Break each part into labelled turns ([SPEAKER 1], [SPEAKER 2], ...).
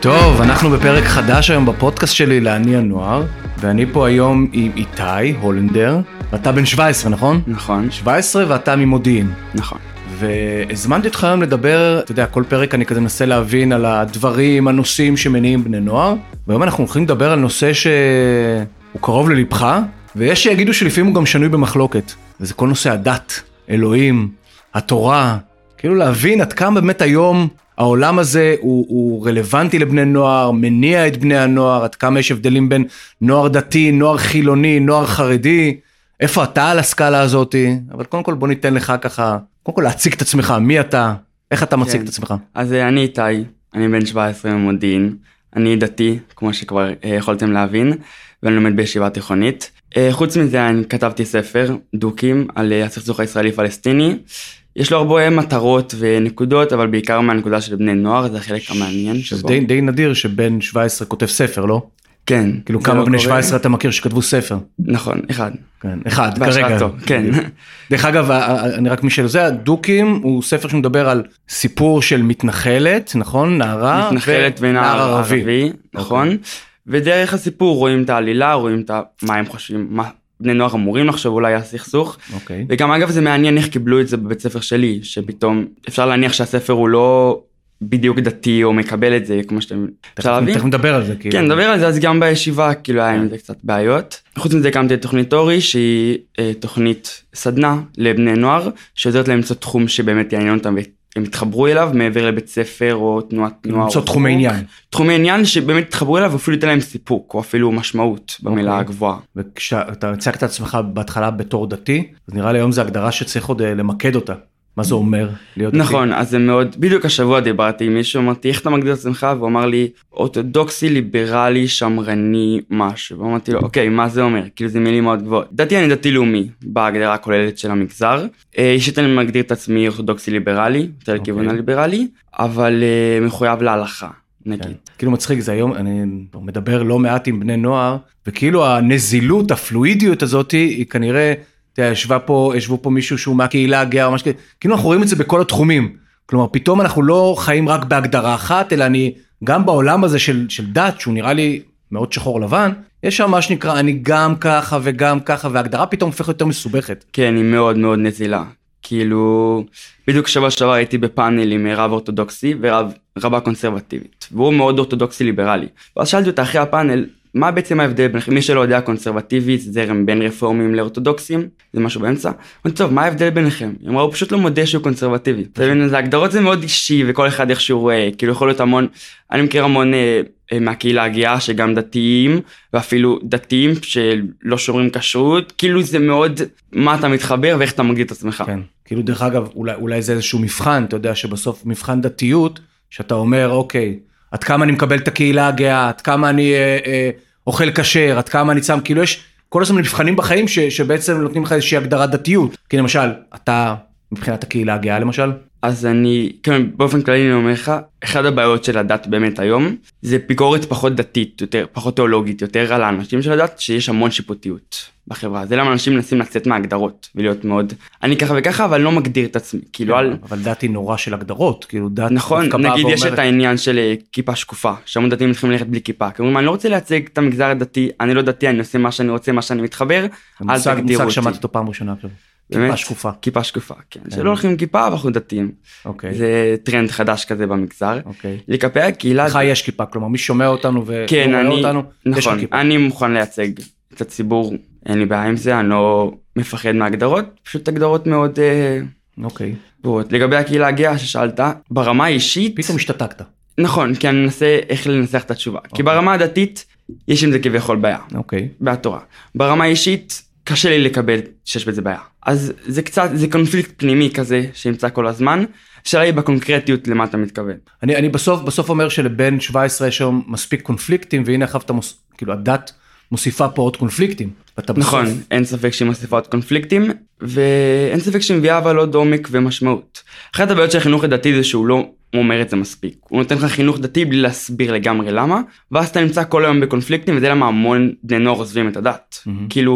[SPEAKER 1] טוב, אנחנו בפרק חדש היום בפודקאסט שלי לעני הנוער, ואני פה היום עם איתי הולנדר, ואתה בן 17, נכון?
[SPEAKER 2] נכון.
[SPEAKER 1] 17 ואתה ממודיעין.
[SPEAKER 2] נכון.
[SPEAKER 1] והזמנתי אותך היום לדבר, אתה יודע, כל פרק אני כזה מנסה להבין על הדברים, הנושאים שמניעים בני נוער, והיום אנחנו הולכים לדבר על נושא שהוא קרוב ללבך, ויש שיגידו שלפעמים הוא גם שנוי במחלוקת, וזה כל נושא הדת, אלוהים, התורה, כאילו להבין עד כמה באמת היום העולם הזה הוא רלוונטי לבני נוער, מניע את בני הנוער, עד כמה יש הבדלים בין נוער דתי, נוער חילוני, נוער חרדי, איפה אתה על הסקאלה הזאת, אבל קודם כל בוא ניתן לך ככה, קודם כל להציג את עצמך, מי אתה, איך אתה מציג את עצמך?
[SPEAKER 2] אז אני איתי, אני בן 17 ממודיעין, אני דתי, כמו שכבר יכולתם להבין, ואני לומד בישיבה תיכונית. חוץ מזה אני כתבתי ספר, דוקים, על הסכסוך הישראלי-פלסטיני, יש לו הרבה מטרות ונקודות, אבל בעיקר מהנקודה של בני נוער, זה החלק המעניין שבו.
[SPEAKER 1] זה די נדיר שבן 17 כותב ספר, לא?
[SPEAKER 2] כן.
[SPEAKER 1] כאילו כמה בני 17 אתה מכיר שכתבו ספר?
[SPEAKER 2] נכון, אחד.
[SPEAKER 1] כן, אחד, כרגע.
[SPEAKER 2] כן.
[SPEAKER 1] דרך אגב, אני רק משל זה, הדוקים הוא ספר שמדבר על סיפור של מתנחלת, נכון? נערה.
[SPEAKER 2] מתנחלת ונער ערבי, נכון. ודרך הסיפור רואים את העלילה, רואים מה הם חושבים, מה בני נוער אמורים לחשוב אולי הסכסוך, וגם אגב זה מעניין איך קיבלו את זה בבית ספר שלי, שפתאום אפשר להניח שהספר הוא לא בדיוק דתי או מקבל את זה, כמו שאתם אפשר להבין.
[SPEAKER 1] תכף נדבר על זה.
[SPEAKER 2] כן, נדבר על זה, אז גם בישיבה כאילו היה עם זה קצת בעיות. חוץ מזה הקמתי את תוכנית אורי, שהיא תוכנית סדנה לבני נוער, שעוזרת להם למצוא תחום שבאמת יעניין אותם הם התחברו אליו מעבר לבית ספר או תנועת נוער.
[SPEAKER 1] למצוא תחומי עניין.
[SPEAKER 2] תחומי עניין שבאמת התחברו אליו ואפילו ייתן להם סיפוק או אפילו משמעות במילה הגבוהה.
[SPEAKER 1] וכשאתה הצגת את עצמך בהתחלה בתור דתי, אז נראה לי היום זה הגדרה שצריך עוד למקד אותה. מה זה אומר להיות דתי?
[SPEAKER 2] נכון, אז זה מאוד, בדיוק השבוע דיברתי עם מישהו, אמרתי איך אתה מגדיר את עצמך? והוא אמר לי אורתודוקסי, ליברלי, שמרני, משהו. ואמרתי לו אוקיי, מה זה אומר? כאילו זה מילים מאוד גבוהות. דתי אני דתי לאומי, בהגדרה הכוללת של המגזר. אישית אני מגדיר את עצמי אורתודוקסי ליברלי, יותר לכיוון הליברלי, אבל מחויב להלכה, נגיד.
[SPEAKER 1] כאילו מצחיק, זה היום, אני מדבר לא מעט עם בני נוער, וכאילו הנזילות, הפלואידיות הזאת היא כנראה ישבו פה מישהו שהוא מהקהילה הגאה או משהו כזה, כאילו אנחנו רואים את זה בכל התחומים, כלומר פתאום אנחנו לא חיים רק בהגדרה אחת, אלא אני גם בעולם הזה של דת, שהוא נראה לי מאוד שחור לבן, יש שם מה שנקרא אני גם ככה וגם ככה, וההגדרה פתאום הופכת יותר מסובכת.
[SPEAKER 2] כן, היא מאוד מאוד נזילה, כאילו בדיוק שבוע שעבר הייתי בפאנל עם רב אורתודוקסי ורבה קונסרבטיבית, והוא מאוד אורתודוקסי ליברלי, ואז שאלתי אותה אחרי הפאנל, מה בעצם ההבדל ביניכם? מי שלא יודע קונסרבטיבי, זה זרם בין רפורמים לאורתודוקסים, זה משהו באמצע. טוב, מה ההבדל ביניכם? היא אמרה, הוא פשוט לא מודה שהוא קונסרבטיבי. ההגדרות זה מאוד אישי, וכל אחד איך שהוא רואה, כאילו יכול להיות המון, אני מכיר המון מהקהילה הגאה, שגם דתיים, ואפילו דתיים שלא שומרים כשרות, כאילו זה מאוד, מה אתה מתחבר ואיך אתה מגדיר את עצמך. כן,
[SPEAKER 1] כאילו דרך אגב, אולי זה איזשהו מבחן, אתה יודע שבסוף מבחן דתיות, שאתה אומר, אוקיי, עד כמה אני מקבל את הקהילה הגאה, עד כמה אני אוכל כשר, עד כמה אני צם, כאילו יש כל הזמן מבחנים בחיים שבעצם נותנים לך איזושהי הגדרת דתיות, כי למשל, אתה מבחינת הקהילה הגאה למשל?
[SPEAKER 2] אז אני, כן, באופן כללי אני אומר לך, אחד הבעיות של הדת באמת היום, זה ביקורת פחות דתית, יותר, פחות תיאולוגית, יותר על האנשים של הדת, שיש המון שיפוטיות בחברה. זה למה אנשים מנסים לצאת מההגדרות, ולהיות מאוד, אני ככה וככה, אבל לא מגדיר את עצמי, כאילו על...
[SPEAKER 1] אבל דת היא נורא של הגדרות, כאילו דת...
[SPEAKER 2] נכון, נגיד יש את העניין של כיפה שקופה, שהמון דתיים מתחילים ללכת בלי כיפה, כלומר, אני לא רוצה להציג את המגזר הדתי, אני לא דתי, אני עושה מה שאני רוצה, מה שאני מתחבר, אל תגדירו אותי.
[SPEAKER 1] שמעתי אותו פעם ראשונה עכשיו. כיפה שקופה.
[SPEAKER 2] כיפה שקופה, כן. שלא הולכים עם כיפה, אבל אנחנו דתיים. זה טרנד חדש כזה במגזר. לקפי הקהילה...
[SPEAKER 1] לך יש כיפה, כלומר, מי שומע אותנו ורואה אותנו, יש לך כיפה.
[SPEAKER 2] אני מוכן לייצג את הציבור, אין לי בעיה עם זה, אני לא מפחד מהגדרות, פשוט הגדרות מאוד...
[SPEAKER 1] אוקיי.
[SPEAKER 2] לגבי הקהילה הגאה ששאלת, ברמה האישית...
[SPEAKER 1] פתאום השתתקת.
[SPEAKER 2] נכון, כי אני מנסה איך לנסח את התשובה. כי ברמה הדתית, יש עם זה כביכול בעיה.
[SPEAKER 1] אוקיי.
[SPEAKER 2] בתורה. ברמה האישית, קשה לי לקבל שיש בזה בעיה. אז זה קצת, זה קונפליקט פנימי כזה שימצא כל הזמן, שאלה היא בקונקרטיות למה אתה מתכוון.
[SPEAKER 1] אני בסוף אומר שלבין 17 יש שם מספיק קונפליקטים, והנה אחר כאילו הדת מוסיפה פה עוד קונפליקטים.
[SPEAKER 2] נכון, אין ספק שהיא מוסיפה עוד קונפליקטים, ואין ספק שהיא מביאה אבל עוד עומק ומשמעות. אחת הבעיות של החינוך הדתי זה שהוא לא אומר את זה מספיק. הוא נותן לך חינוך דתי בלי להסביר לגמרי למה, ואז אתה נמצא כל היום בקונפליקטים, וזה למה המון בני נוער עוזבים את הדת. כאילו,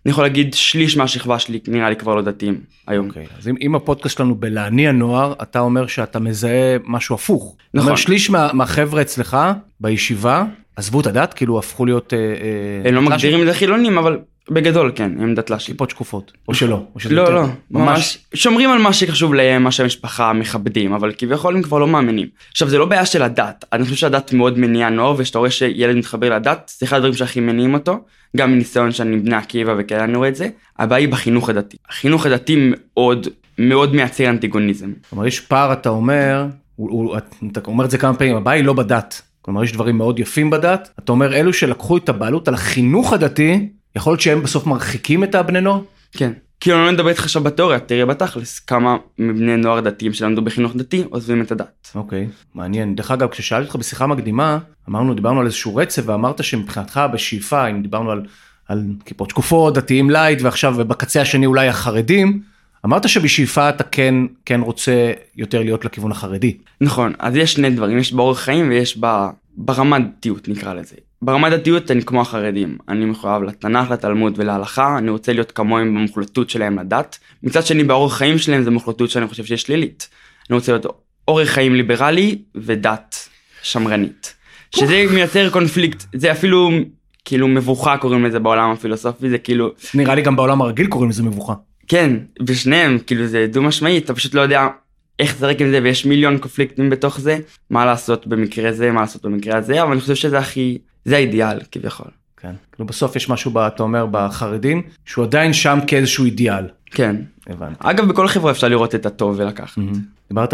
[SPEAKER 2] אני יכול להגיד שליש מהשכבה שלי נראה לי כבר לא דתיים היום.
[SPEAKER 1] אוקיי, אז אם הפודקאסט שלנו בלהניע נוער, אתה אומר שאתה מזהה משהו הפוך.
[SPEAKER 2] נכון.
[SPEAKER 1] אומר, שליש מהחבר'ה אצלך בישיבה, עזבו את הדת, כאילו הפכו להיות...
[SPEAKER 2] הם לא מגדירים את זה חילונים, אבל בגדול כן, הם דתל"שים.
[SPEAKER 1] כיפות שקופות, או שלא.
[SPEAKER 2] לא, לא, ממש שומרים על מה שחשוב להם, מה שהמשפחה מכבדים, אבל כביכול הם כבר לא מאמינים. עכשיו זה לא בעיה של הדת, אני חושב שהדת מאוד מניע נוער, ושאתה רואה שילד מתחבר לדת, זה אחד הדברים שהכי מניעים אותו, גם מניסיון שאני בני עקיבא וכאלה אני רואה את זה, הבעיה היא בחינוך הדתי. החינוך הדתי מאוד מאוד מייצר אנטיגוניזם.
[SPEAKER 1] כלומר יש פער, אתה אומר, אתה אומר את זה כמה פעמים, הבעיה היא לא בדת. כלומר יש דברים מאוד יפים בדת, אתה אומר אלו שלקחו את הבעלות על החינוך הדתי, יכול להיות שהם בסוף מרחיקים את הבני נוער?
[SPEAKER 2] כן, כי אני לא מדבר איתך עכשיו בתיאוריה, תראה בתכלס, כמה מבני נוער דתיים שלמדו בחינוך דתי עוזבים את הדת.
[SPEAKER 1] אוקיי, מעניין. דרך אגב, כששאלתי אותך בשיחה מקדימה, דיברנו על איזשהו רצף, ואמרת שמבחינתך בשאיפה, אם דיברנו על כיפות שקופות, דתיים לייט, ועכשיו בקצה השני אולי החרדים, אמרת שבשאיפה אתה כן רוצה יותר להיות לכיוון החרדי.
[SPEAKER 2] נכון, אז יש שני דברים, יש באורח חיים ויש ברמת דתיות נקרא לזה. ברמת דתיות אני כמו החרדים, אני מחויב לתנ"ך, לתלמוד ולהלכה, אני רוצה להיות כמוהם במוחלטות שלהם לדת. מצד שני באורח חיים שלהם זה מוחלטות שאני חושב שיש שלילית. אני רוצה להיות אורח חיים ליברלי ודת שמרנית. שזה מייצר קונפליקט, זה אפילו כאילו מבוכה קוראים לזה בעולם הפילוסופי, זה כאילו...
[SPEAKER 1] נראה לי גם בעולם הרגיל קוראים לזה מבוכה.
[SPEAKER 2] כן, בשניהם, כאילו זה דו משמעי, אתה פשוט לא יודע איך זרק עם זה, ויש מיליון קונפליקטים בתוך זה, מה לעשות במקרה זה, מה לעשות במקרה הזה, אבל אני חושב שזה זה האידיאל כביכול.
[SPEAKER 1] כן, כאילו בסוף יש משהו, אתה אומר, בחרדים, שהוא עדיין שם כאיזשהו אידיאל.
[SPEAKER 2] כן.
[SPEAKER 1] הבנתי.
[SPEAKER 2] אגב, בכל חברה אפשר לראות את הטוב ולקחת.
[SPEAKER 1] דיברת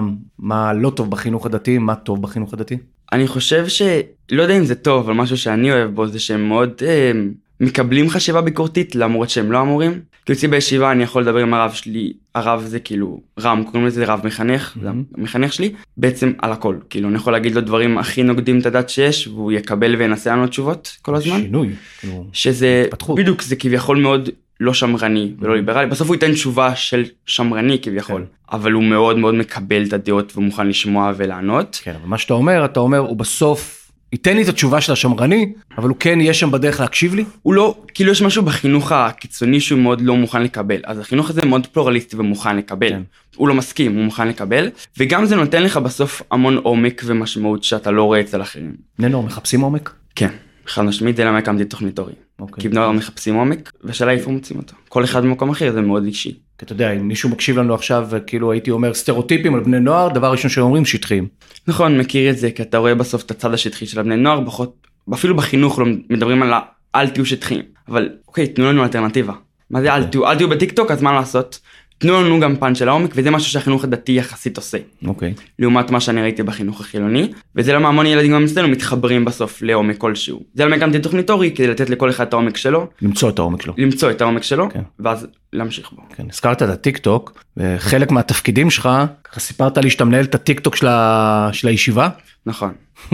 [SPEAKER 1] מה לא טוב בחינוך הדתי, מה טוב בחינוך הדתי?
[SPEAKER 2] אני חושב לא יודע אם זה טוב, אבל משהו שאני אוהב בו, זה שהם מאוד מקבלים חשיבה ביקורתית, למרות שהם לא אמורים. כי אצלי בישיבה אני יכול לדבר עם הרב שלי, הרב זה כאילו רם, קוראים לזה רב מחנך, זה המחנך שלי, בעצם על הכל. כאילו אני יכול להגיד לו דברים הכי נוגדים את הדת שיש, והוא יקבל וינסה לנו תשובות כל הזמן.
[SPEAKER 1] שינוי.
[SPEAKER 2] שזה, בדיוק, זה כביכול מאוד לא שמרני ולא ליברלי. בסוף הוא ייתן תשובה של שמרני כביכול, אבל הוא מאוד מאוד מקבל את הדעות ומוכן לשמוע ולענות.
[SPEAKER 1] כן, אבל מה שאתה אומר, הוא בסוף ייתן לי את התשובה של השמרני, אבל הוא כן יהיה שם בדרך להקשיב לי?
[SPEAKER 2] הוא לא, כאילו יש משהו בחינוך הקיצוני שהוא מאוד לא מוכן לקבל, אז החינוך הזה מאוד פלורליסטי ומוכן לקבל. כן. הוא לא מסכים, הוא מוכן לקבל, וגם זה נותן לך בסוף המון עומק ומשמעות שאתה לא רואה אצל אחרים.
[SPEAKER 1] בני נוער מחפשים עומק?
[SPEAKER 2] כן, חד משמעית, זה למה הקמתי תוכנית אורי. כי בני נוער מחפשים עומק, ושאלה איפה מוצאים אותו. כל אחד במקום אחר, זה מאוד אישי.
[SPEAKER 1] כי אתה יודע, אם מישהו מקשיב לנו עכשיו, וכאילו הייתי אומר סטריאוטיפים על בני נוער, דבר ראשון שאומרים שטחיים.
[SPEAKER 2] נכון, מכיר את זה, כי אתה רואה בסוף את הצד השטחי של הבני נוער, אפילו בחינוך לא מדברים על אל תהיו שטחיים. אבל אוקיי, תנו לנו אלטרנטיבה. מה זה אל תהיו בטיקטוק, אז מה לעשות? תנו לנו גם פן של העומק, וזה משהו שהחינוך הדתי יחסית עושה.
[SPEAKER 1] אוקיי.
[SPEAKER 2] לעומת מה שאני ראיתי בחינוך החילוני, וזה למה המון ילדים גם אצלנו מתחברים בסוף לעומק כלשהו. זה למה הקמתי תוכנית אורי, כדי לתת לכל אחד את העומק שלו.
[SPEAKER 1] למצוא את העומק שלו,
[SPEAKER 2] כן. ואז להמשיך בו.
[SPEAKER 1] כן, הזכרת את הטיקטוק, וחלק מהתפקידים שלך, ככה סיפרת לי שאתה מנהל את הטיקטוק של הישיבה.
[SPEAKER 2] נכון.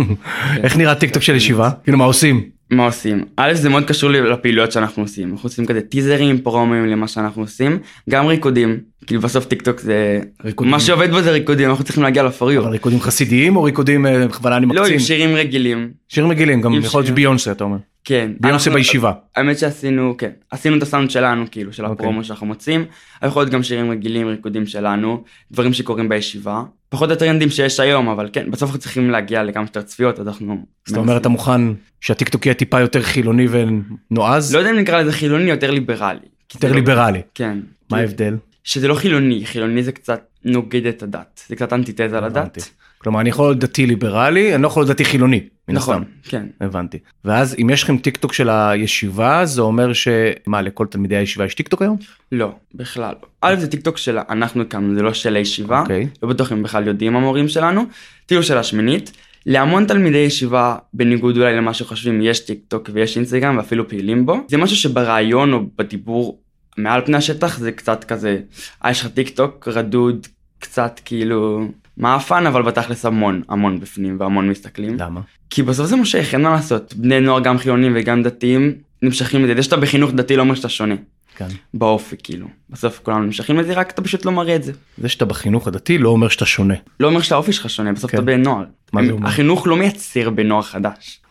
[SPEAKER 1] איך נראה הטיקטוק של הישיבה? כאילו מה עושים?
[SPEAKER 2] מה עושים? א', זה מאוד קשור לפעילויות שאנחנו עושים. אנחנו עושים כזה טיזרים, פרומים למה שאנחנו עושים. גם ריקודים. כאילו בסוף טיקטוק זה... ריקודים. מה שעובד בו זה ריקודים, אנחנו צריכים להגיע לפריו. אבל
[SPEAKER 1] ריקודים חסידיים או ריקודים בכוונה אני מקצים?
[SPEAKER 2] לא, עם שירים רגילים.
[SPEAKER 1] שירים רגילים, גם יכול להיות ביונסה, אתה אומר.
[SPEAKER 2] כן.
[SPEAKER 1] ביונסה בישיבה.
[SPEAKER 2] האמת שעשינו, כן. עשינו את הסאונד שלנו, כאילו, של הפרומו שאנחנו מוצאים. יכול להיות גם שירים רגילים, ריקודים שלנו, דברים שקורים בישיבה. פחות הטרנדים שיש היום, אבל כן, בסוף אנחנו צריכים להגיע לכמה יותר צפיות, אז אנחנו...
[SPEAKER 1] זאת אומרת, אתה מוכן שהטיקטוק יהיה טיפה יותר חילוני ונועז?
[SPEAKER 2] לא יודע אם נקרא לזה חילוני, יותר ליברלי.
[SPEAKER 1] יותר ליברלי.
[SPEAKER 2] כן.
[SPEAKER 1] מה ההבדל?
[SPEAKER 2] שזה לא חילוני, חילוני זה קצת נוגד את הדת, זה קצת אנטיתזה לדת.
[SPEAKER 1] כלומר, אני יכול להיות דתי ליברלי, אני לא יכול להיות דתי חילוני.
[SPEAKER 2] נכון, כן.
[SPEAKER 1] הבנתי. ואז אם יש לכם טיקטוק של הישיבה, זה אומר שמה, לכל תלמידי הישיבה יש טיקטוק היום?
[SPEAKER 2] לא, בכלל לא. א', זה טיקטוק של אנחנו הקמנו, זה לא של הישיבה, לא בטוח אם בכלל יודעים המורים שלנו. תראו של השמינית, להמון תלמידי ישיבה, בניגוד אולי למה שחושבים, יש טיקטוק ויש אינסטגרם ואפילו פעילים בו. זה משהו שברעיון או בדיבור מעל פני השטח זה קצת כזה, יש לך טיקטוק רדוד, קצת כאילו מאפן, אבל בתכלס המון בפנים והמון מסתכלים.
[SPEAKER 1] למה?
[SPEAKER 2] כי בסוף זה מושך, אין מה לעשות. בני נוער גם חילונים וגם דתיים נמשכים לזה. זה שאתה בחינוך דתי לא אומר שאתה שונה.
[SPEAKER 1] כן.
[SPEAKER 2] באופי כאילו. בסוף כולנו נמשכים לזה, רק אתה פשוט לא מראה את זה.
[SPEAKER 1] זה שאתה בחינוך הדתי לא אומר שאתה שונה.
[SPEAKER 2] לא אומר שהאופי שלך שונה, בסוף
[SPEAKER 1] כן.
[SPEAKER 2] אתה בן נוער.
[SPEAKER 1] מה זה אומר?
[SPEAKER 2] החינוך לא מייצר בן נוער חדש.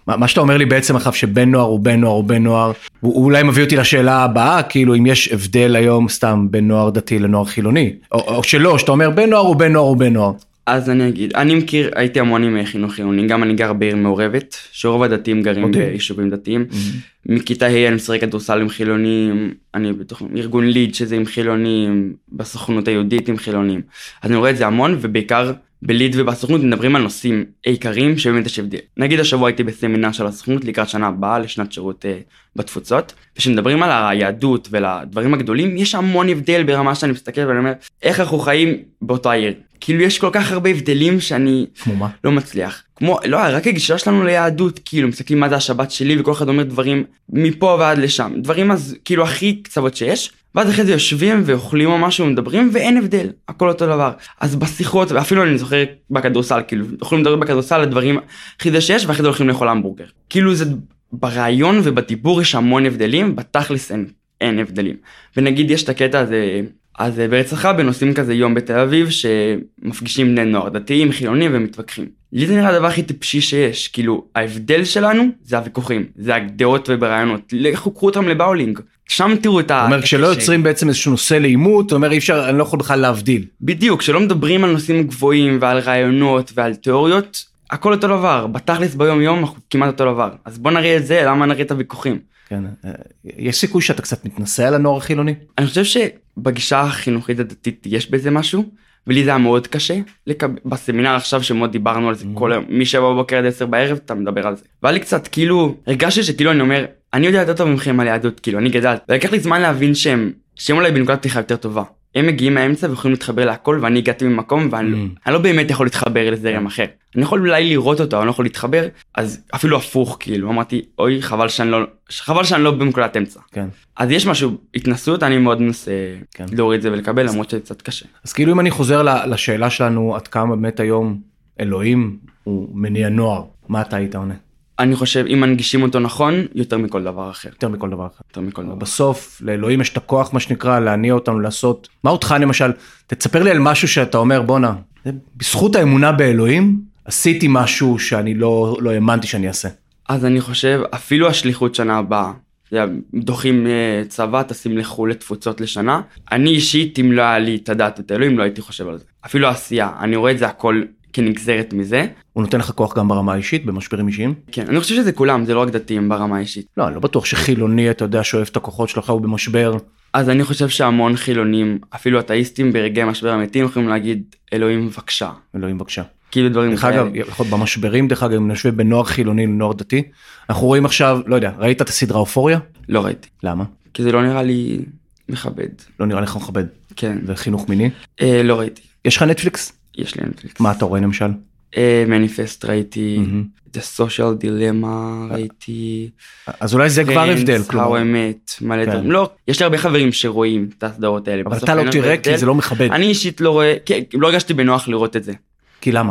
[SPEAKER 1] מה שאתה אומר לי בעצם אחר שבן נוער הוא בן נוער הוא בן נוער, הוא אולי מביא אותי לשאלה הבאה, כאילו אם יש הבדל היום סתם בין נוער דתי לנוער חילוני, או שלא, שאתה אומר בן נוער הוא בן נוער הוא בן נוער.
[SPEAKER 2] אז אני אגיד, אני מכיר, הייתי המון עם חינוך חילוני, גם אני גר בעיר מעורבת, שרוב הדתיים גרים ביישובים דתיים. מכיתה ה' אני משחק כדורסל עם חילונים, אני בתוך ארגון ליד שזה עם חילונים, בסוכנות היהודית עם חילונים. אז אני רואה את זה המון, ובעיקר בליד ובסוכנות מדברים על נושאים עיקריים שבאמת יש הבדל. נגיד השבוע הייתי בסמינר של הסוכנות לקראת שנה הבאה לשנת שירות בתפוצות, ושמדברים על היהדות ולדברים הגדולים, יש המון הבדל ברמה שאני מסתכל ואני אומר, איך אנחנו חיים באותו העיר? כאילו יש כל כך הרבה הבדלים שאני לא מצליח. כמו, לא, רק הגישה שלנו ליהדות, כאילו מסתכלים מה זה השבת שלי וכל אחד אומר דברים מפה ועד לשם. דברים אז כאילו הכי קצוות שיש, ואז אחרי זה יושבים ואוכלים או משהו ומדברים ואין הבדל, הכל אותו דבר. אז בשיחות, ואפילו אני זוכר בכדורסל, כאילו יכולים לדבר בכדורסל לדברים הכי זה שיש ואחרי זה הולכים לאכול המבורגר. כאילו זה ברעיון ובדיבור יש המון הבדלים, בתכלס אין הבדלים. ונגיד יש את הקטע הזה, אז בהרצחה בנושאים כזה יום בתל אביב שמפגישים בני נוער דתיים, חילונים ומתווכחים. לי זה נראה הדבר הכי טיפשי שיש, כאילו ההבדל שלנו זה הוויכוחים, זה הדעות וברעיונות, חוקרו אותם לבאולינג, שם תראו את ה...
[SPEAKER 1] זאת אומרת, כשלא יוצרים בעצם איזשהו נושא לאימות, זאת אומרת אי אפשר, אני לא יכול בכלל להבדיל.
[SPEAKER 2] בדיוק, כשלא מדברים על נושאים גבוהים ועל רעיונות ועל תיאוריות, הכל אותו דבר, בתכלס ביום יום אנחנו כמעט אותו דבר, אז בוא נראה את זה, למה נראה את הוויכוחים.
[SPEAKER 1] כן, יש סיכוי שאתה קצת מתנסה על הנוער החילוני?
[SPEAKER 2] אני חושב שבגישה החינוכית הדתית יש בזה משהו, ולי זה היה מאוד קשה, בסמינר עכשיו שמאוד דיברנו על זה, כל היום, מ-7 בבוקר עד 10 בערב, אתה מדבר על זה. והיה לי קצת, כאילו, הרגשתי שכאילו אני אומר, אני יודע יותר טוב ממכם על יהדות, כאילו, אני גדלת, ולקח לי זמן להבין שהם אולי בנקודת פתיחה יותר טובה. הם מגיעים מהאמצע ויכולים להתחבר להכל, ואני הגעתי ממקום, ואני לא באמת יכול להתחבר לזרם אחר. אני יכול אולי לראות אותו, אני לא יכול להתחבר, אז אפילו הפוך, כאילו, אמרתי, אוי, חבל שאני לא בנקודת אמצע.
[SPEAKER 1] כן.
[SPEAKER 2] אז יש משהו, התנסות, אני מאוד מנסה להוריד את זה ולקבל, למרות שזה קצת קשה.
[SPEAKER 1] אז כאילו אם אני חוזר לשאלה שלנו, עד כמה באמת היום אלוהים הוא מניע נוער, מה אתה היית עונה?
[SPEAKER 2] אני חושב, אם מנגישים אותו נכון, יותר מכל דבר אחר.
[SPEAKER 1] יותר מכל דבר אחר.
[SPEAKER 2] יותר מכל דבר.
[SPEAKER 1] בסוף, לאלוהים יש את הכוח, מה שנקרא, להניע אותנו לעשות. מה אותך למשל? תספר לי על משהו שאתה אומר, בונה, בזכות האמונה באלוהים, עשיתי משהו שאני לא האמנתי שאני אעשה.
[SPEAKER 2] אז אני חושב, אפילו השליחות שנה הבאה, דוחים צבא, תשים לחול לתפוצות לשנה. אני אישית, אם לא היה לי את הדעת את אלוהים, לא הייתי חושב על זה. אפילו העשייה, אני רואה את זה הכל כנגזרת מזה.
[SPEAKER 1] הוא נותן לך כוח גם ברמה האישית, במשברים אישיים?
[SPEAKER 2] כן, אני חושב שזה כולם, זה לא רק דתיים ברמה האישית.
[SPEAKER 1] לא, אני לא בטוח שחילוני, אתה יודע, שואף את הכוחות שלך הוא במשבר.
[SPEAKER 2] אז אני חושב שהמון חילונים, אפילו אתאיסטים ברגעי משבר אמיתיים, יכולים להגיד, אלוהים בבקשה.
[SPEAKER 1] אלוהים בבקשה.
[SPEAKER 2] כאילו דברים
[SPEAKER 1] דרך אגב, במשברים, דרך אגב, אם נשווה בנוער חילוני לנוער דתי, אנחנו רואים עכשיו, לא יודע, ראית את הסדרה אופוריה?
[SPEAKER 2] לא ראיתי.
[SPEAKER 1] למה?
[SPEAKER 2] כי זה לא נראה לי מכבד.
[SPEAKER 1] לא נראה לך מכבד?
[SPEAKER 2] כן.
[SPEAKER 1] וחינוך מיני?
[SPEAKER 2] לא ראיתי.
[SPEAKER 1] יש לך נטפליקס?
[SPEAKER 2] יש לי נטפליקס.
[SPEAKER 1] מה אתה רואה למשל?
[SPEAKER 2] מניפסט ראיתי, The Social Dilemma ראיתי.
[SPEAKER 1] אז אולי זה כבר הבדל.
[SPEAKER 2] How I Met, מלא דברים. לא, יש לי הרבה חברים שרואים את הסדרות האלה.
[SPEAKER 1] אבל אתה לא תראה כי זה לא מכבד.
[SPEAKER 2] אני אישית לא רואה, לא הרגשתי בנוח לראות את זה.
[SPEAKER 1] כי למה?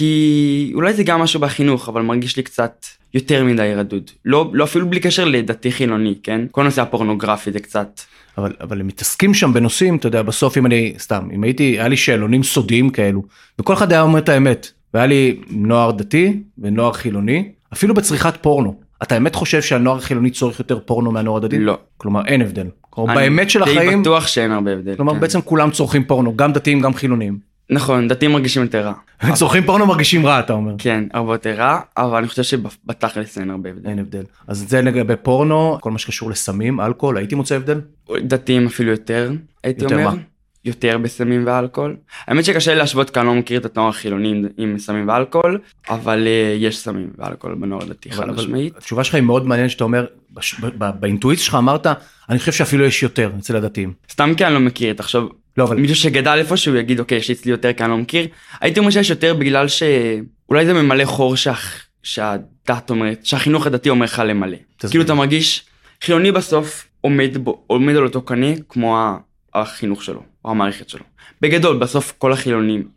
[SPEAKER 2] כי אולי זה גם משהו בחינוך, אבל מרגיש לי קצת יותר מדי רדוד. לא אפילו בלי קשר לדתי חילוני, כן? כל נושא הפורנוגרפי זה קצת...
[SPEAKER 1] אבל הם מתעסקים שם בנושאים, אתה יודע, בסוף אם היה לי שאלונים סודיים כאלו, וכל אחד היה אומר את האמת, והיה לי נוער דתי ונוער חילוני, אפילו בצריכת פורנו. אתה באמת חושב שהנוער החילוני צורך יותר פורנו מהנוער הדתי?
[SPEAKER 2] לא.
[SPEAKER 1] כלומר, אין הבדל. כלומר, באמת של החיים...
[SPEAKER 2] די בטוח שאין הרבה הבדל.
[SPEAKER 1] כלומר, בעצם כולם צורכים פורנו, גם דתיים, גם חילוניים.
[SPEAKER 2] נכון, דתיים מרגישים יותר רע.
[SPEAKER 1] צורכים פורנו מרגישים רע, אתה אומר.
[SPEAKER 2] כן, הרבה יותר רע, אבל אני חושב שבתכלס אין הרבה הבדל.
[SPEAKER 1] אין הבדל. אז זה לגבי פורנו, כל מה שקשור לסמים, אלכוהול, הייתי מוצא הבדל?
[SPEAKER 2] דתיים אפילו יותר, הייתי אומר. יותר מה? יותר בסמים ואלכוהול. האמת שקשה להשוות כאן, לא מכיר את הנוער החילוני עם סמים ואלכוהול, אבל יש סמים ואלכוהול בנוער הדתי, חד משמעית.
[SPEAKER 1] התשובה שלך היא מאוד מעניינת שאתה אומר, באינטואיציה שלך אמרת, אני חושב שאפילו יש יותר אצל הדתיים.
[SPEAKER 2] סתם כי אני לא מכיר, תחשוב, מישהו שגדל איפשהו יגיד, אוקיי, יש אצלי יותר כי אני לא מכיר. הייתי אומר שיש יותר בגלל שאולי זה ממלא חור שהדת אומרת, שהחינוך הדתי אומר לך למלא. כאילו אתה מרגיש, חילוני בסוף עומד על אותו קנה כמו החינוך שלו, או המערכת שלו. בגדול, בסוף כל החילונים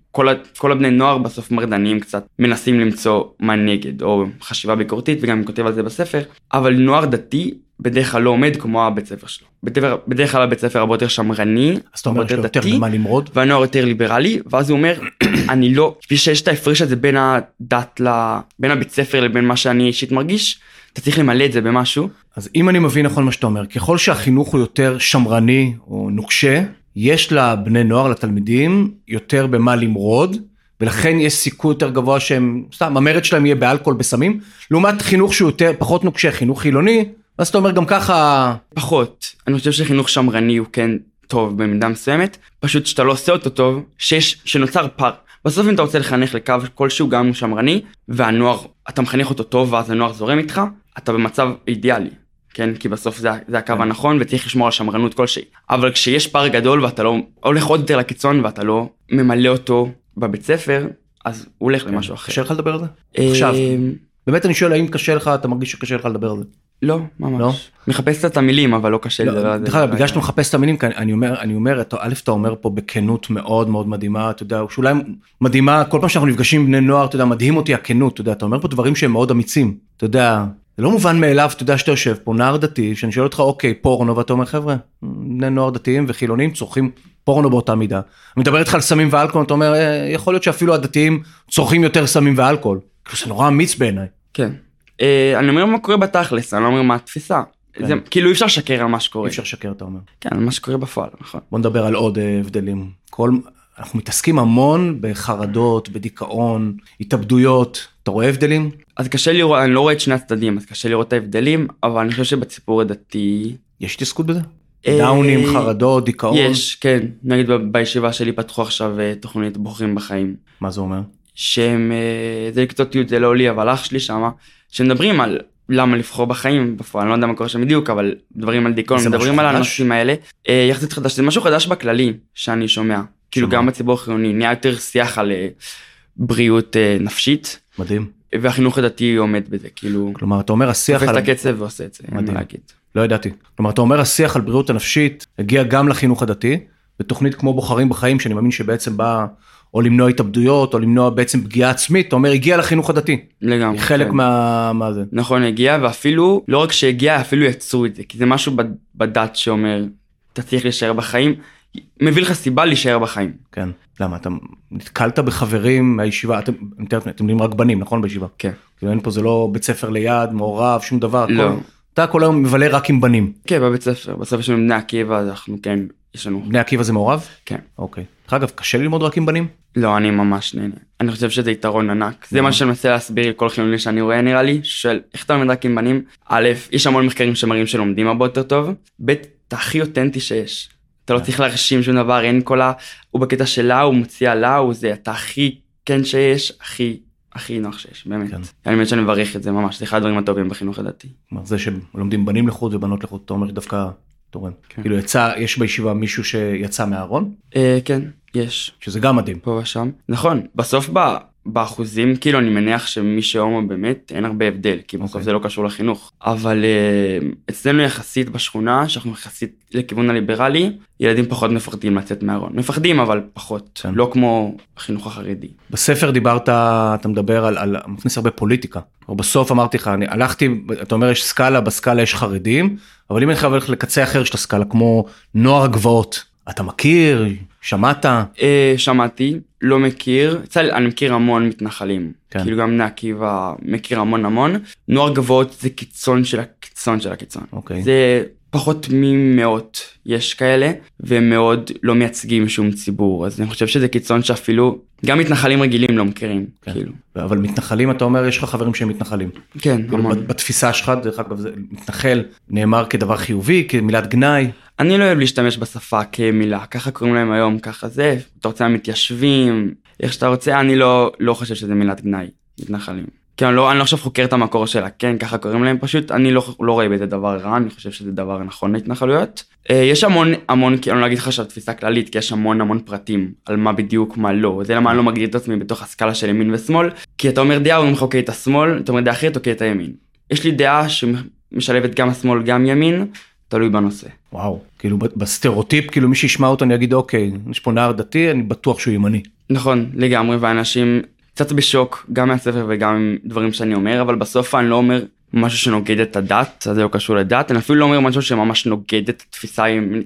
[SPEAKER 2] כל הבני נוער בסוף מרדניים קצת מנסים למצוא מה נגד, או חשיבה ביקורתית, וגם כותב על זה בספר, אבל נוער דתי בדרך כלל לא עומד כמו הבית ספר שלו. בדרך כלל הבית ספר הרבה יותר שמרני,
[SPEAKER 1] אז אתה אומר יש לו יותר במה למרוד?
[SPEAKER 2] והנוער יותר ליברלי, ואז הוא אומר, אני לא, שיש את ההפרש הזה בין הדת, בין הבית ספר לבין מה שאני אישית מרגיש, אתה צריך למלא את זה במשהו.
[SPEAKER 1] אז אם אני מבין נכון מה שאתה אומר, ככל שהחינוך הוא יותר שמרני או נוקשה, יש לבני נוער, לתלמידים, יותר במה למרוד, ולכן יש סיכוי יותר גבוה שהם, סתם, המרד שלהם יהיה באלכוהול בסמים, לעומת חינוך שהוא יותר, פחות נוקשה, חינוך חילוני, אז אתה אומר גם ככה...
[SPEAKER 2] פחות. אני חושב שחינוך שמרני הוא כן טוב במידה מסוימת, פשוט שאתה לא עושה אותו טוב, שנוצר פער. בסוף אם אתה רוצה לחנך לקו כלשהו גם שמרני, והנוער, אתה מחנך אותו טוב, ואז הנוער זורם איתך, אתה במצב אידיאלי. כן, כי בסוף זה הקו הנכון, וצריך לשמור על שמרנות כלשהי. אבל כשיש פער גדול, ואתה לא הולך עוד יותר לקיצון, ואתה לא ממלא אותו בבית ספר, אז הוא הולך למשהו אחר.
[SPEAKER 1] קשה לך לדבר על זה? עכשיו, באמת אני שואל, האם קשה לך, אתה מרגיש שקשה לך לדבר על זה?
[SPEAKER 2] לא, ממש. מחפש את המילים, אבל לא קשה לדבר על זה.
[SPEAKER 1] דרך אגב, בגלל שאתה מחפש את המילים, אני אומר, א', אתה אומר פה בכנות מאוד מאוד מדהימה, אתה יודע, שאולי מדהימה, כל פעם שאנחנו נפגשים עם בני נוער, אתה יודע, מדהים אותי הכנות, אתה יודע, אתה אומר פה דברים שהם מאוד אמיצים, אתה יודע, זה לא מובן מאליו, אתה יודע שאתה יושב פה, נער דתי, שאני שואל אותך, אוקיי, פורנו, ואתה אומר, חבר'ה, בני נוער דתיים וחילונים צורכים פורנו באותה מידה. אני מדבר איתך על סמים ואלכוהול, אתה אומר, יכול להיות שאפילו הדתיים צורכים יותר סמים ואלכוהול. זה נורא אמיץ בעיניי.
[SPEAKER 2] כן. אני אומר מה קורה בתכלס, אני לא אומר מה התפיסה. זה, כאילו אי אפשר לשקר על מה שקורה.
[SPEAKER 1] אי אפשר לשקר, אתה אומר.
[SPEAKER 2] כן, על מה שקורה בפועל, נכון.
[SPEAKER 1] בוא נדבר על עוד הבדלים. אנחנו מתעסקים המון בחרדות, בדיכאון, התאבדויות. אתה רואה הבדלים?
[SPEAKER 2] אז קשה לראות, אני לא רואה את שני הצדדים, אז קשה לראות את ההבדלים, אבל אני חושב שבציבור הדתי...
[SPEAKER 1] יש התעסקות בזה? דאונים, חרדות, דיכאון?
[SPEAKER 2] יש, כן. נגיד בישיבה שלי פתחו עכשיו תוכנית בוחרים בחיים.
[SPEAKER 1] מה זה אומר?
[SPEAKER 2] שהם, זה לכתות י' זה לא לי, אבל אח שלי שמה, שמדברים על למה לבחור בחיים בפועל, אני לא יודע מה קורה שם בדיוק, אבל דברים על דיכאון, מדברים על הנושאים האלה. יחסית חדש, זה משהו חדש בכללי שאני שומע. כאילו גם בציבור החילוני, נהיה יותר שיח על בריאות נפשית.
[SPEAKER 1] מדהים.
[SPEAKER 2] והחינוך הדתי עומד בזה, כאילו...
[SPEAKER 1] כלומר, אתה אומר השיח על...
[SPEAKER 2] תופס את הקצב ועושה את זה,
[SPEAKER 1] מדהים. לא ידעתי. כלומר, אתה אומר השיח על בריאות הנפשית, הגיע גם לחינוך הדתי, בתוכנית כמו בוחרים בחיים, שאני מאמין שבעצם באה או למנוע התאבדויות, או למנוע בעצם פגיעה עצמית, אתה אומר, הגיע לחינוך הדתי.
[SPEAKER 2] לגמרי.
[SPEAKER 1] חלק מה זה.
[SPEAKER 2] נכון, הגיע, ואפילו, לא רק שהגיע, אפילו יצרו את זה, כי זה משהו בדת שאומר, אתה צריך להישאר בחיים, מביא לך סיבה להישאר בחיים.
[SPEAKER 1] כן. למה? אתה נתקלת בחברים מהישיבה, אתם יודעים רק בנים, נכון? בישיבה?
[SPEAKER 2] כן.
[SPEAKER 1] כאילו אין פה, זה לא בית ספר ליד, מעורב, שום דבר.
[SPEAKER 2] לא.
[SPEAKER 1] אתה כל היום מבלה רק עם בנים.
[SPEAKER 2] כן, בבית ספר. בסוף יש לנו בני עקיבא, אז אנחנו כן, יש לנו...
[SPEAKER 1] בני עקיבא זה מעורב?
[SPEAKER 2] כן.
[SPEAKER 1] אוקיי. אגב, קשה ללמוד רק עם בנים?
[SPEAKER 2] לא, אני ממש נהנה. אני חושב שזה יתרון ענק. זה מה שאני מנסה להסביר לכל חילוני שאני רואה, נראה לי, של איך אתה לומד רק עם בנים. א', יש המון מחקרים שמראים שלומדים הרבה יותר טוב. ב', אתה הכי אותנטי שיש. אתה לא צריך להרשים שום דבר, אין כל הוא בקטע שלה, הוא מציע לה, הוא זה, אתה הכי כן שיש, הכי נוח שיש, באמת. אני באמת שאני מברך את זה ממש, זה אחד הדברים הטובים בחינוך הדתי.
[SPEAKER 1] זה שלומדים בנים לחוד ובנות לחוד, אתה אומר שדווקא תורם. כאילו יש בישיבה מישהו שיצא מהארון?
[SPEAKER 2] כן, יש.
[SPEAKER 1] שזה גם מדהים.
[SPEAKER 2] פה ושם. נכון, בסוף באחוזים, כאילו אני מניח שמי שהומו באמת אין הרבה הבדל, כי בסוף זה לא קשור לחינוך. אבל אצלנו יחסית בשכונה, שאנחנו יחסית לכיוון הליברלי, ילדים פחות מפחדים לצאת מהארון. מפחדים אבל פחות, לא כמו החינוך החרדי.
[SPEAKER 1] בספר דיברת, אתה מדבר על מכניס הרבה פוליטיקה. או בסוף אמרתי לך, אני הלכתי, אתה אומר יש סקאלה, בסקאלה יש חרדים, אבל אם אני חייב ללכת לקצה אחר של הסקאלה, כמו נוער הגבעות, אתה מכיר? שמעת?
[SPEAKER 2] שמעתי, לא מכיר, אני מכיר המון מתנחלים, כאילו גם בני עקיבא מכיר המון, נוער גבעות זה קיצון של הקיצון של הקיצון, זה פחות ממאות יש כאלה, והם מאוד לא מייצגים שום ציבור, אז אני חושב שזה קיצון שאפילו גם מתנחלים רגילים לא מכירים, כאילו.
[SPEAKER 1] אבל מתנחלים, אתה אומר, יש לך חברים שהם מתנחלים.
[SPEAKER 2] כן, המון.
[SPEAKER 1] בתפיסה שלך, דרך אגב, זה מתנחל נאמר כדבר חיובי, כמילת גנאי.
[SPEAKER 2] אני לא אוהב להשתמש בשפה כמילה, ככה קוראים להם היום, ככה זה, אתה רוצה מתיישבים, איך שאתה רוצה, אני לא חושב שזה מילת גנאי, מתנחלים. כי אני לא עכשיו חוקר את המקור שלה, כן, ככה קוראים להם פשוט, אני לא רואה בזה דבר רע, אני חושב שזה דבר נכון להתנחלויות. יש המון, כי אני לא אגיד לך עכשיו תפיסה כללית, כי יש המון פרטים על מה בדיוק, מה לא. זה למה אני לא מגדיר את עצמי בתוך הסקאלה של ימין ושמאל, כי אתה אומר דעה, הוא אומר אוקיי את השמאל, אתה אומר דעה אחרת, אוקיי את הימין. יש לי דעה שמשלבת גם השמאל, גם ימין, תלוי בנושא.
[SPEAKER 1] וואו, כאילו בסטריאוטיפ, כאילו מי שישמע אותו אני אגיד אוקיי, יש פה נער דתי, אני בטוח שהוא ימני.
[SPEAKER 2] נכון, לגמרי, ואנשים קצת בשוק, גם מהספר וגם עם דברים שאני אומר, אבל בסוף אני לא אומר משהו שנוגד את הדת, אז זה לא קשור לדת, אני אפילו לא אומר משהו שממש נוגד את התפיסה,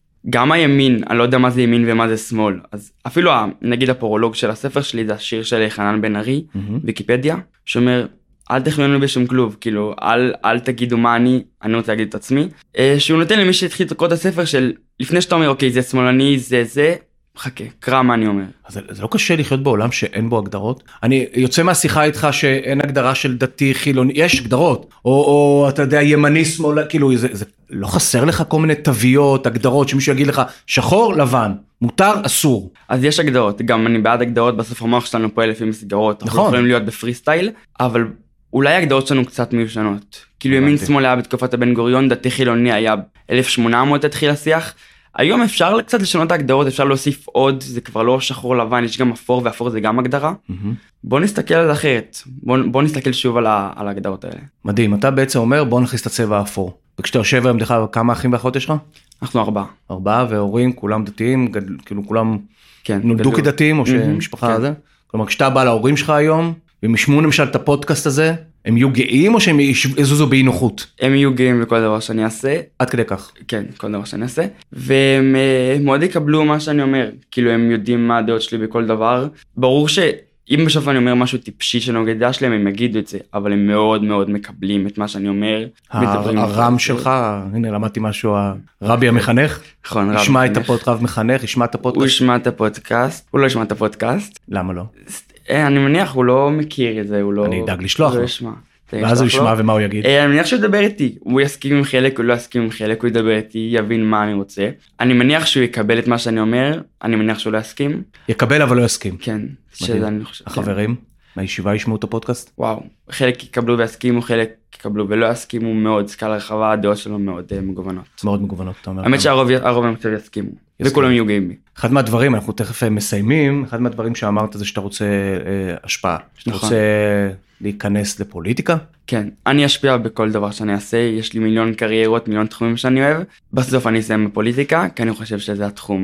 [SPEAKER 2] גם הימין, אני לא יודע מה זה ימין ומה זה שמאל, אז אפילו נגיד הפרולוג של הספר שלי, זה השיר של חנן בן ארי, ויקיפדיה, שאומר, אל תכננו בשום כלוב, כאילו, אל תגידו מה אני רוצה להגיד את עצמי, שהוא נותן למי שהתחיל לקרוא את הספר של, לפני שאתה אומר, אוקיי, זה שמאלני, זה, חכה, קרא מה אני אומר.
[SPEAKER 1] אז זה לא קשה לחיות בעולם שאין בו הגדרות? אני יוצא מהשיחה איתך שאין הגדרה של דתי, חילוני, יש הגדרות, או אתה יודע, ימני, שמאל, כאילו, זה לא חסר לך כל מיני תוויות, הגדרות, שמישהו יגיד לך, שחור, לבן, מותר, אסור.
[SPEAKER 2] אז יש הגדרות, גם אני בעד הגדרות, בסוף המוח שלנו פועל לפי מסגרות, אנחנו יכולים להיות בפרי סטייל, אבל אולי הגדרות שלנו קצת מיושנות. כאילו ימין שמאל היה בתקופת הבן גוריון, דתי חילוני היה 1800 התחיל השיח, היום אפשר קצת לשנות את ההגדרות, אפשר להוסיף עוד, זה כבר לא שחור לבן, יש גם אפור, ואפור זה גם הגדרה. בוא נסתכל על זה אחרת, בוא נסתכל שוב על ההגדרות האלה.
[SPEAKER 1] מדהים, אתה בעצם אומר בוא נכניס את הצבע האפור. וכשאתה יושב היום דרך כמה אחים ואחות יש לך?
[SPEAKER 2] אנחנו 4.
[SPEAKER 1] 4 והורים, כולם דתיים, כאילו כולם נולדו כדתיים או שמשפחה הזה? כלומר כשאתה בא להורים שלך היום, והם ישמעו למשל את הפודקאסט הזה, הם יהיו גאים או שהם יזוזו באי נוחות?
[SPEAKER 2] הם יהיו גאים בכל דבר שאני אעשה.
[SPEAKER 1] עד כדי כך?
[SPEAKER 2] כן, כל דבר שאני אעשה. והם מאוד יקבלו מה שאני אומר. כאילו הם יודעים מה הדעות שלי בכל דבר. ברור שאם בסוף אני אומר משהו טיפשי שנוגד דעה שלהם, הם יגידו את זה. אבל הם מאוד מאוד מקבלים את מה שאני אומר.
[SPEAKER 1] הרם שלך, הנה למדתי משהו, הרבי המחנך.
[SPEAKER 2] נכון, רב
[SPEAKER 1] ישמע את רב מחנך, ישמע את הפודקאסט.
[SPEAKER 2] הוא ישמע את הפודקאסט, הוא לא ישמע את הפודקאסט.
[SPEAKER 1] למה לא?
[SPEAKER 2] אני מניח, הוא לא מכיר את זה, הוא לא...
[SPEAKER 1] אני אדאג לשלוח לו.
[SPEAKER 2] ישמע.
[SPEAKER 1] ואז הוא ישמע ומה הוא יגיד?
[SPEAKER 2] אני מניח שהוא ידבר איתי, הוא יסכים עם חלק, הוא לא יסכים עם חלק, הוא ידבר איתי, יבין מה אני רוצה. אני מניח שהוא יקבל את מה שאני אומר, אני מניח שהוא לא יסכים.
[SPEAKER 1] יקבל אבל לא יסכים.
[SPEAKER 2] כן, שזה אני חושב.
[SPEAKER 1] החברים מהישיבה ישמעו את הפודקאסט?
[SPEAKER 2] וואו, חלק יקבלו ויסכימו, חלק יקבלו ולא יסכימו מאוד, סקאלה רחבה, הדעות שלו מאוד מגוונות.
[SPEAKER 1] מאוד מגוונות, אתה אומר.
[SPEAKER 2] האמת שהרוב הם עכשיו יסכימו, וכולם יהיו גאים בי.
[SPEAKER 1] אחד מהדברים, אנחנו תכף מסיימים, אחד מהדברים שאמרת זה שאתה רוצה השפעה, שאתה רוצה להיכנס לפוליטיקה.
[SPEAKER 2] כן, אני אשפיע בכל דבר שאני אעשה, יש לי מיליון קריירות, מיליון תחומים שאני אוהב, בסוף אני אסיים בפוליטיקה, כי אני חושב שזה התחום,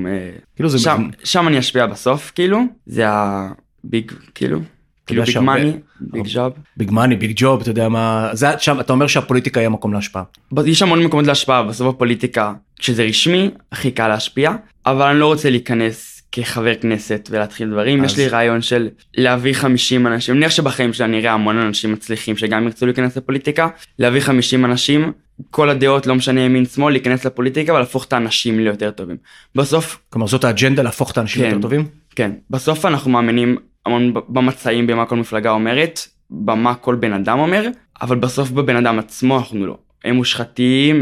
[SPEAKER 2] שם אני אשפיע בסוף, כאילו, זה הביג, כאילו ביג מאני, ביג ג'וב.
[SPEAKER 1] ביג מאני, ביג ג'וב, אתה יודע מה, אתה אומר שהפוליטיקה היא המקום להשפעה.
[SPEAKER 2] יש המון מקומות להשפעה, בסוף הפוליטיקה, כשזה רשמי, הכי קל להשפיע, אבל אני לא רוצה להיכנס כחבר כנסת ולהתחיל דברים, יש לי רעיון של להביא 50 אנשים, אני חושב שבחיים שלי אני אראה המון אנשים מצליחים שגם ירצו להיכנס לפוליטיקה, להביא 50 אנשים, כל הדעות, לא משנה ימין שמאל, להיכנס לפוליטיקה ולהפוך את האנשים ליותר טובים. בסוף...
[SPEAKER 1] כלומר זאת האג'נדה להפוך את האנשים ליותר טובים?
[SPEAKER 2] כן, בסוף אנחנו מאמינים המון במצעים, במה כל מפלגה אומרת, במה כל בן אדם אומר, אבל בסוף בבן אדם עצמו אנחנו לא. הם מושחתים,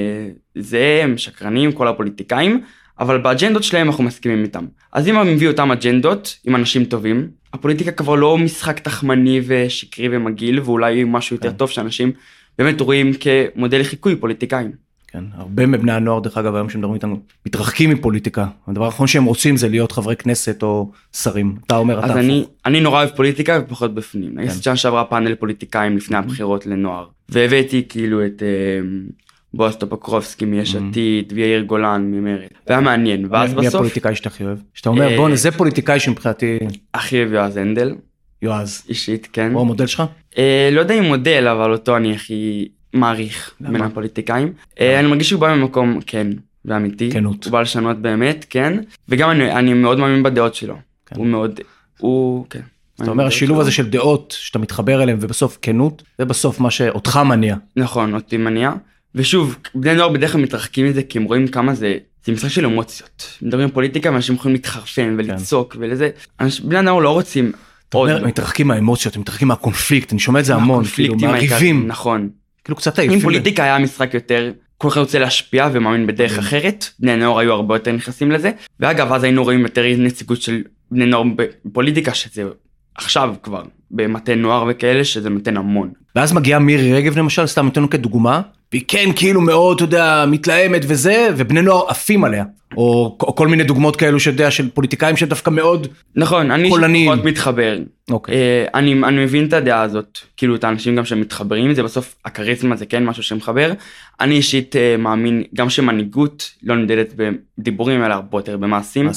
[SPEAKER 2] הם שקרנים, כל הפוליטיקאים, אבל באג'נדות שלהם אנחנו מסכימים איתם. אז אם הם הביאו אותם אג'נדות עם אנשים טובים, הפוליטיקה כבר לא משחק תחמני ושקרי ומגעיל, ואולי משהו יותר טוב שאנשים באמת רואים כמודל לחיקוי פוליטיקאים.
[SPEAKER 1] כן, הרבה מבני הנוער, דרך אגב, היום שמדברים איתנו, מתרחקים מפוליטיקה. הדבר האחרון שהם רוצים זה להיות חברי כנסת או שרים. אתה אומר, אתה...
[SPEAKER 2] אז אני נורא אוהב פוליטיקה ופחות בפנים. אני שנה שעברה פאנל פוליטיקאים לפני הבחירות לנוער. והבאתי כאילו את בועז טופוקרובסקי מיש עתיד, ויאיר גולן ממרצ. והיה מעניין. ואז בסוף...
[SPEAKER 1] מי הפוליטיקאי שאתה הכי אוהב? שאתה אומר, בוא, זה פוליטיקאי שמבחינתי...
[SPEAKER 2] הכי אוהב יועז הנדל.
[SPEAKER 1] יועז.
[SPEAKER 2] אישית, כן.
[SPEAKER 1] הוא המודל שלך?
[SPEAKER 2] לא יודע אם מודל, אבל אותו אני הכי... מעריך בין הפוליטיקאים. אני מרגיש שהוא בא ממקום כן ואמיתי.
[SPEAKER 1] כנות.
[SPEAKER 2] הוא בא לשנות באמת, כן. וגם אני מאוד מאמין בדעות שלו. הוא מאוד, כן.
[SPEAKER 1] זאת אומרת, השילוב הזה של דעות שאתה מתחבר אליהם ובסוף כנות, זה בסוף מה שאותך מניע.
[SPEAKER 2] נכון, אותי מניע. ושוב, בני נוער בדרך כלל מתרחקים מזה, כי הם רואים כמה זה משחק של אמוציות. מדברים פוליטיקה, ואנשים יכולים להתחרפן ולצוק ולזה. בני נוער לא רוצים עוד.
[SPEAKER 1] הם מתרחקים מהאמוציות, הם מתרחקים מהקונפליקט, אני שומע את זה המון, כאילו, מהריבים.
[SPEAKER 2] נכון.
[SPEAKER 1] כאילו קצת עייפים.
[SPEAKER 2] אם פוליטיקה היה משחק יותר, כל אחד רוצה להשפיע ומאמין בדרך אחרת, בני נוער היו הרבה יותר נכנסים לזה, ואגב, אז היינו רואים יותר נציגות של בני נוער בפוליטיקה, שזה עכשיו כבר, במטה נוער וכאלה, שזה נותן המון.
[SPEAKER 1] ואז מגיעה מירי רגב למשל, סתם נותנו כדוגמה, והיא כן כאילו מאוד, אתה יודע, מתלהמת וזה, ובני נוער עפים עליה. או כל מיני דוגמאות כאלו שיודע, של פוליטיקאים שדווקא מאוד
[SPEAKER 2] נכון, אני שפחות מתחבר.
[SPEAKER 1] אוקיי.
[SPEAKER 2] אני מבין את הדעה הזאת, כאילו את האנשים גם שמתחברים, זה בסוף הקריזמה זה כן משהו שמחבר. אני אישית מאמין גם שמנהיגות לא נמדדת בדיבורים, אלא הרבה יותר במעשים.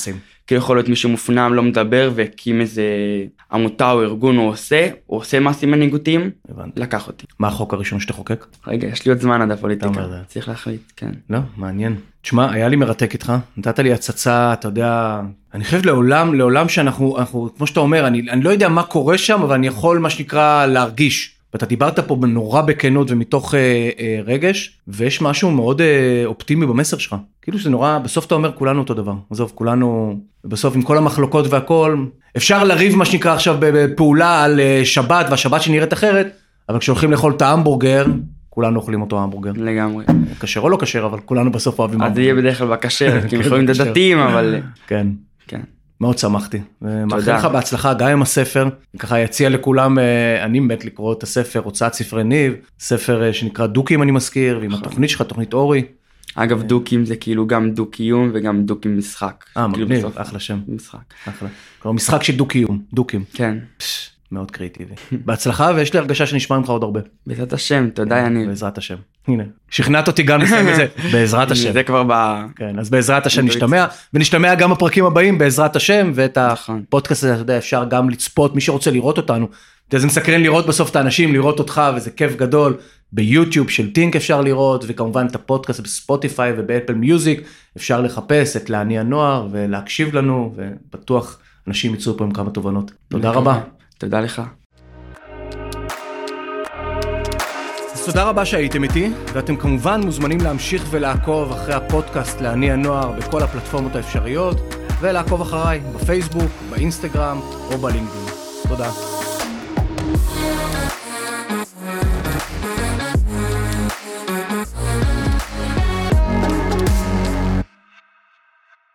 [SPEAKER 2] כאילו יכול להיות מישהו מופנם, לא מדבר, והקים איזה עמותה או ארגון הוא עושה מעשים מנהיגותיים, לקח אותי.
[SPEAKER 1] מה החוק הראשון שתחוקק?
[SPEAKER 2] רגע, יש לי עוד זמן עד הפוליטיקה, צריך להחליט, כן.
[SPEAKER 1] לא, מעניין. תשמע, היה לי מרתק איתך, נתת לי הצצה, אתה יודע, אני חושב לעולם שאנחנו, כמו שאתה אומר, אני לא יודע מה קורה שם, אבל אני יכול, מה שנקרא, להרגיש. ואתה דיברת פה נורא בכנות ומתוך רגש, ויש משהו מאוד אופטימי במסר שלך. כאילו שזה נורא, בסוף אתה אומר, כולנו אותו דבר. עזוב, כולנו, בסוף עם כל המחלוקות והכל, אפשר לריב מה שנקרא עכשיו בפעולה על שבת, והשבת שנראית אחרת, אבל כשהולכים לאכול את ההמבורגר, כולנו אוכלים אותו ההמבורגר.
[SPEAKER 2] לגמרי.
[SPEAKER 1] כשר או לא כשר, אבל כולנו בסוף אוהבים
[SPEAKER 2] המבורגר. אז יהיה בדרך כלל בכשר, כי הם יכולים את הדתיים, אבל...
[SPEAKER 1] כן. כן. מאוד שמחתי, ומאחל לך בהצלחה גם עם הספר, ככה יציע לכולם, אני מת לקרוא את הספר, הוצאת ספרי ניב, ספר שנקרא דוקים אני מזכיר, ועם התוכנית שלך, תוכנית אורי.
[SPEAKER 2] אגב דוקים זה כאילו גם דו-קיום וגם דוקים משחק.
[SPEAKER 1] מגניב, אחלה שם. משחק. אחלה. כלומר משחק של דו-קיום, דוקים.
[SPEAKER 2] כן.
[SPEAKER 1] מאוד קריאטיבי. בהצלחה, ויש לי הרגשה שנשמע ממך עוד הרבה.
[SPEAKER 2] בעזרת השם, תודה יניב.
[SPEAKER 1] בעזרת השם. הנה, שכנעת אותי גם לסיים את זה, בעזרת השם.
[SPEAKER 2] זה כבר
[SPEAKER 1] כן, אז בעזרת השם נשתמע, ונשתמע גם בפרקים הבאים בעזרת השם, ואת הפודקאסט הזה, אתה יודע, אפשר גם לצפות, מי שרוצה לראות אותנו, זה מסקרן לראות בסוף את האנשים, לראות אותך, וזה כיף גדול, ביוטיוב של טינק אפשר לראות, וכמובן את הפודקאסט בספוטיפיי ובאפל מיוזיק, אפשר לחפש את לעני הנוער, ולהקשיב לנו, ובטוח אנשים יצאו פה עם כמה תובנות. תודה רבה.
[SPEAKER 2] תודה לך.
[SPEAKER 1] אז תודה רבה שהייתם איתי, ואתם כמובן מוזמנים להמשיך ולעקוב אחרי הפודקאסט לעני הנוער בכל הפלטפורמות האפשריות, ולעקוב אחריי בפייסבוק, באינסטגרם או בלינקדאין. תודה.